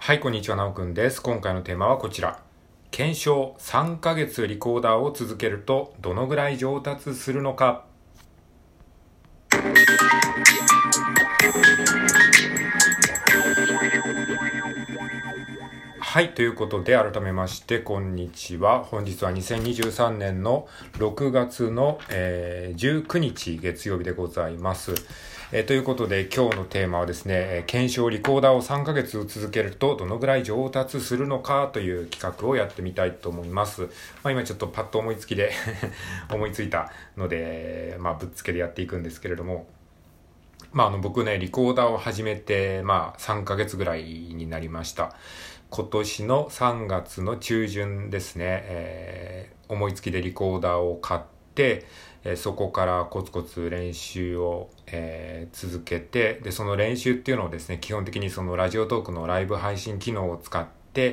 はい、こんにちは、なおくんです。今回のテーマはこちら。検証3ヶ月リコーダーを続けるとどのぐらい上達するのか。はい、ということで改めましてこんにちは。本日は2023年の6月の、19日月曜日でございます。ということで今日のテーマはですね、検証リコーダーを3ヶ月続けるとどのぐらい上達するのかという企画をやってみたいと思います。今ちょっとパッと思いつきで思いついたので、ぶっつけでやっていくんですけれども、僕ね、リコーダーを始めて、3ヶ月ぐらいになりました。今年の3月の中旬ですね、思いつきでリコーダーを買って、そこからコツコツ練習を、続けて、で、その練習っていうのをですね、基本的にそのラジオトークのライブ配信機能を使って、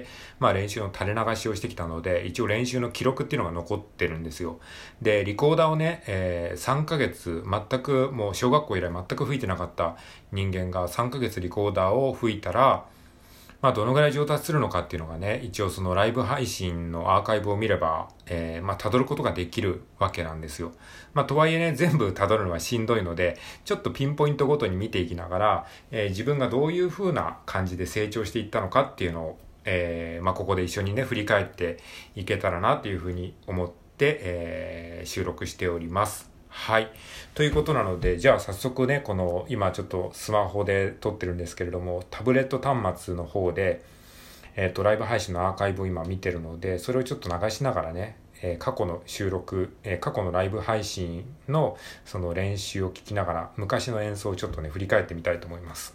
練習の垂れ流しをしてきたので、一応練習の記録っていうのが残ってるんですよ。で、リコーダーをね、3ヶ月、全くもう小学校以来全く吹いてなかった人間が3ヶ月リコーダーを吹いたら、どのぐらい上達するのかっていうのがね、一応そのライブ配信のアーカイブを見れば、辿ることができるわけなんですよ。とはいえね、全部辿るのはしんどいので、ちょっとピンポイントごとに見ていきながら、自分がどういう風な感じで成長していったのかっていうのを、ここで一緒にね、振り返っていけたらなっていう風に思って、収録しております。はい。ということなので、じゃあ早速ね、この今ちょっとスマホで撮ってるんですけれども、タブレット端末の方で、ライブ配信のアーカイブを今見てるので、それをちょっと流しながらね、過去の収録、過去のライブ配信のその練習を聞きながら、昔の演奏をちょっとね、振り返ってみたいと思います。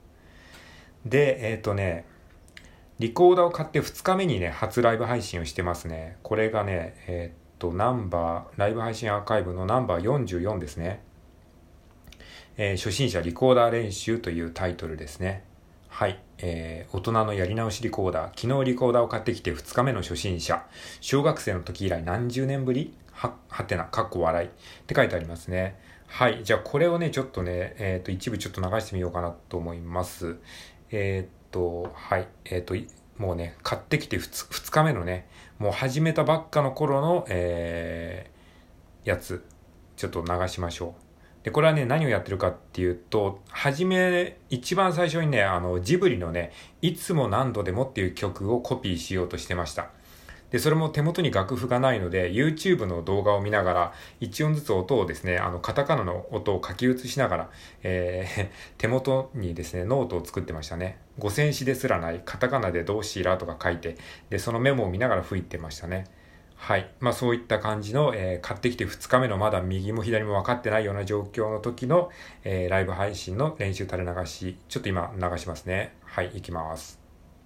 で、リコーダーを買って2日目にね、初ライブ配信をしてますね。これがね、ライブ配信アーカイブのナンバー44ですね。初心者リコーダー練習というタイトルですね。はい。大人のやり直しリコーダー。昨日リコーダーを買ってきて2日目の初心者。小学生の時以来何十年ぶりはてな、かっこ笑いって書いてありますね。はい。じゃあこれをね、ちょっとね、一部ちょっと流してみようかなと思います。はい。もうね、買ってきて2日目のね、もう始めたばっかの頃の、やつ、ちょっと流しましょう。で、これはね、何をやってるかっていうと、一番最初にね、ジブリのね、いつも何度でもっていう曲をコピーしようとしてました。で、それも手元に楽譜がないので、YouTube の動画を見ながら、一音ずつ音をですね、カタカナの音を書き写しながら、手元にですね、ノートを作ってましたね。五線紙ですらない、カタカナでどうしらとか書いて、で、そのメモを見ながら吹いてましたね。はい。そういった感じの、買ってきて2日目のまだ右も左も分かってないような状況の時の、ライブ配信の練習垂れ流し、ちょっと今流しますね。はい、いきます。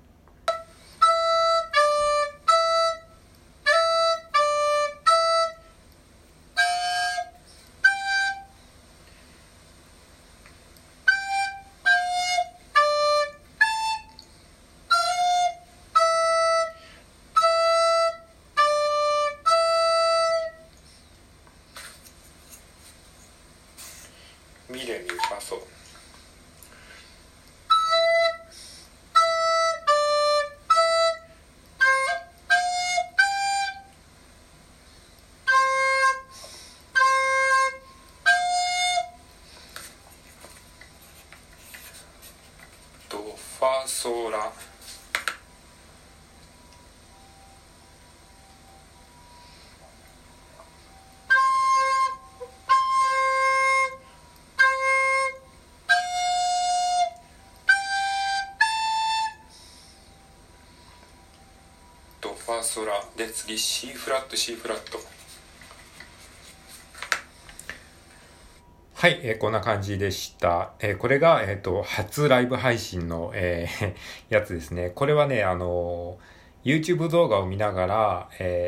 ミレミファソ。ドファソラ。ドファソラで、次 C フラット C フラット。はい、こんな感じでした。これが、初ライブ配信の、やつですね。これはね、YouTube 動画を見ながら、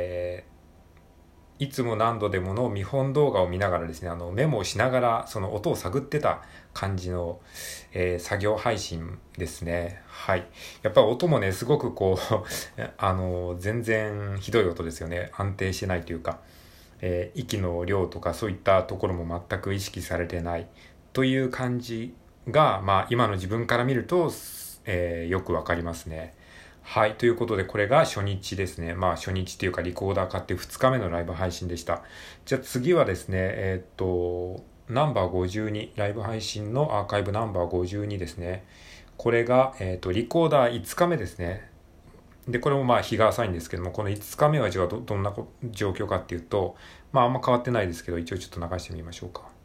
いつも何度でもの見本動画を見ながらですね、メモをしながらその音を探ってた感じの、作業配信ですね。はい。やっぱり音もね、すごくこう、全然ひどい音ですよね。安定してないというか。息の量とかそういったところも全く意識されてないという感じが、今の自分から見るとよくわかりますね。はい。ということで、これが初日ですね。まあ、初日っていうか、リコーダー買って2日目のライブ配信でした。じゃあ次はですね、ナンバー52、ライブ配信のアーカイブナンバー52ですね。これが、リコーダー5日目ですね。で、これもまあ日が浅いんですけども、この5日目はじゃあどんな状況かっていうと、まああんま変わってないですけど、一応ちょっと流してみましょうか。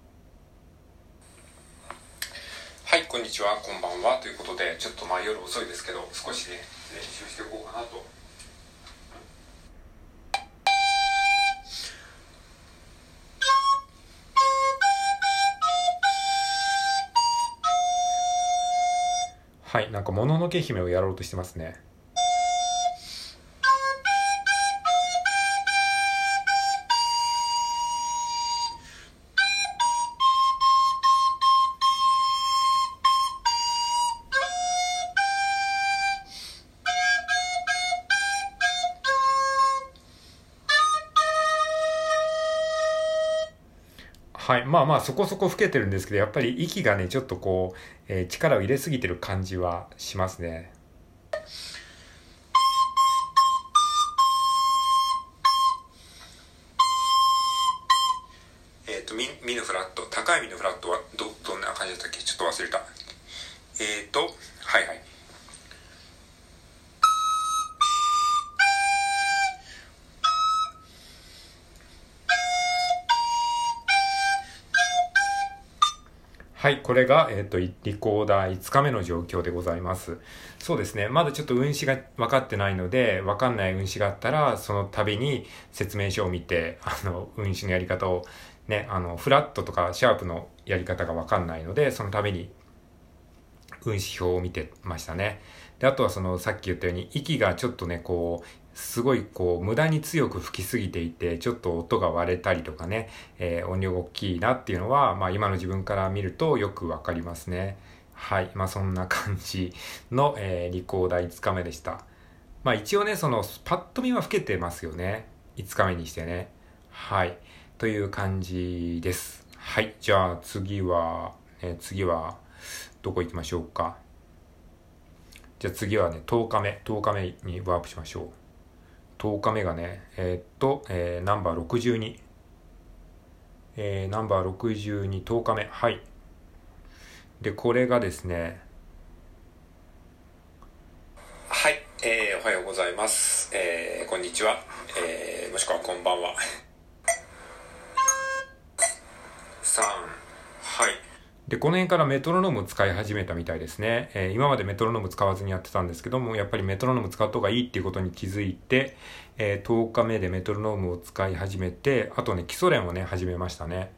はい、こんにちは、こんばんは。ということで、ちょっとまあ夜遅いですけど、少しね、練習していこうかなと。はい、なんかもののけ姫をやろうとしてますね。はい。まあまあ、そこそこ老けてるんですけど、やっぱり息がね、ちょっとこう、力を入れすぎてる感じはしますね。ミのフラット、高いミのフラットはどんな感じだったっけ？ちょっと忘れた。はいはい。はい、これが、リコーダー5日目の状況でございます。そうですね。まだちょっと運指が分かってないので、分かんない運指があったら、その度に説明書を見て、運指のやり方を、ね、フラットとかシャープのやり方が分かんないので、そのために運指表を見てましたね。で、あとはさっき言ったように、息がちょっとね、こう、すごい無駄に強く吹きすぎていて、ちょっと音が割れたりとかね、音量が大きいなっていうのは、まあ今の自分から見るとよくわかりますね。はい。まあそんな感じの、リコーダー5日目でした。まあ一応ね、パッと見は老けてますよね。5日目にしてね。はい。という感じです。はい。じゃあ次は、どこ行きましょうか。じゃあ次はね、10日目にワープしましょう。10日目がね、ナンバー62。ナンバー62、10日目。はい。で、これがですね、はい、おはようございます。こんにちは。もしくはこんばんは。3、はい。で、この辺からメトロノームを使い始めたみたいですね。今までメトロノーム使わずにやってたんですけども、やっぱりメトロノーム使った方がいいっていうことに気づいて、10日目でメトロノームを使い始めて、あとね、基礎練をね、始めましたね。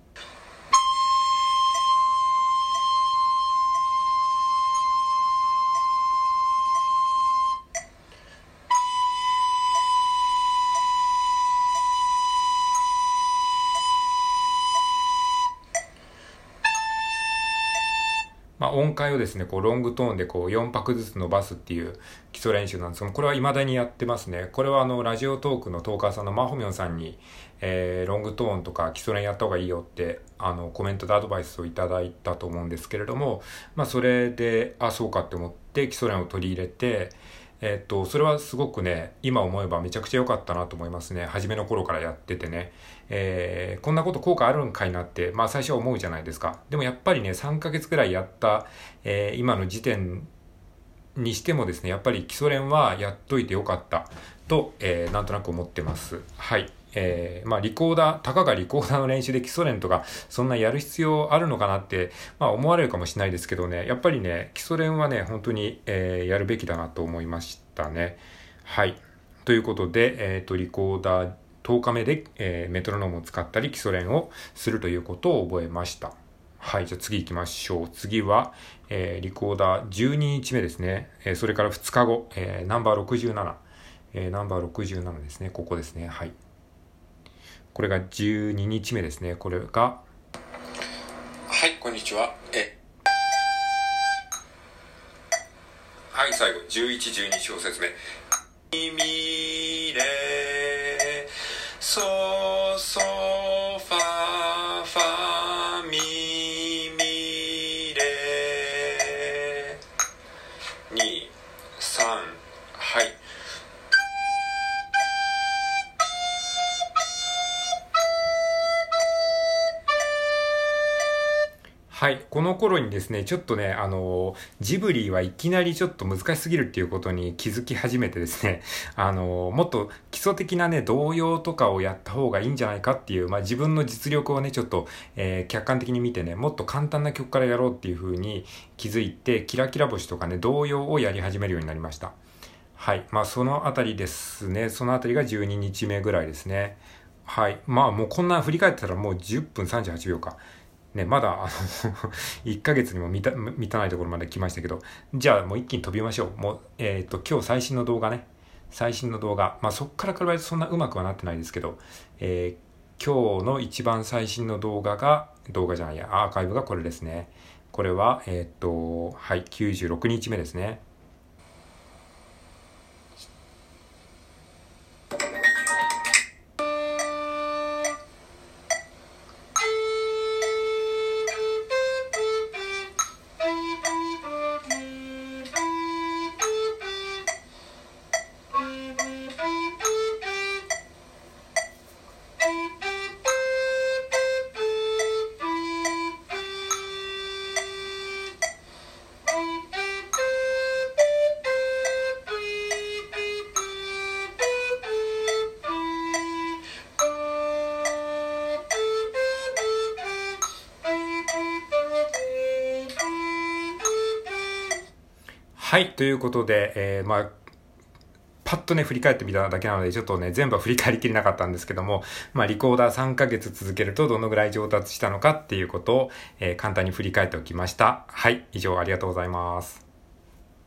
まあ、音階をですね、ロングトーンで4拍ずつ伸ばすっていう基礎練習なんですけども、これは未だにやってますね。これはラジオトークのトーカーさんのマホミョンさんに、ロングトーンとか基礎練やった方がいいよって、コメントでアドバイスをいただいたと思うんですけれども、まあ、それで、そうかって思って基礎練を取り入れて、それはすごくね、今思えばめちゃくちゃ良かったなと思いますね。初めの頃からやっててね。こんなこと効果あるんかいなって、まあ最初は思うじゃないですか。でもやっぱりね、3ヶ月くらいやった、今の時点にしてもですね、やっぱり基礎練はやっといて良かったと、なんとなく思ってます。はい。まあたかがリコーダーの練習で基礎練とか、そんなやる必要あるのかなって、まあ思われるかもしれないですけどね、やっぱりね、基礎練はね、本当に、やるべきだなと思いましたね。はい。ということで、リコーダー10日目で、メトロノームを使ったり基礎練をするということを覚えました。はい、じゃあ次行きましょう。次は、リコーダー12日目ですね。それから2日後、ナンバー67。ナンバー67ですね。ここですね。はい。これが12日目ですね。これが、はい、こんにちは。はい、最後、11、12小節目。みれ、ソ、ソ、ファ、ファ、ミ、ミレ。 2、3、はい。はい。この頃にですね、ちょっとね、ジブリはいきなりちょっと難しすぎるっていうことに気づき始めてですね、もっと基礎的なね、童謡とかをやった方がいいんじゃないかっていう、まあ自分の実力をね、ちょっと、客観的に見てね、もっと簡単な曲からやろうっていう風に気づいて、キラキラ星とかね、童謡をやり始めるようになりました。はい。まあそのあたりですね、そのあたりが12日目ぐらいですね。はい。まあもうこんな振り返ってたらもう10分38秒か。ね、まだ、1ヶ月にも満たないところまで来ましたけど、じゃあもう一気に飛びましょう。もう、今日最新の動画ね。最新の動画。まあ、そっから比べるとそんな上手くはなってないですけど、今日の一番最新の動画じゃないや、アーカイブがこれですね。これは、はい、96日目ですね。はい、ということで、まあ、パッとね、振り返ってみただけなので、ちょっとね、全部は振り返りきれなかったんですけども、まあ、リコーダー3ヶ月続けるとどのぐらい上達したのかっていうことを、簡単に振り返っておきました。はい、以上ありがとうございます。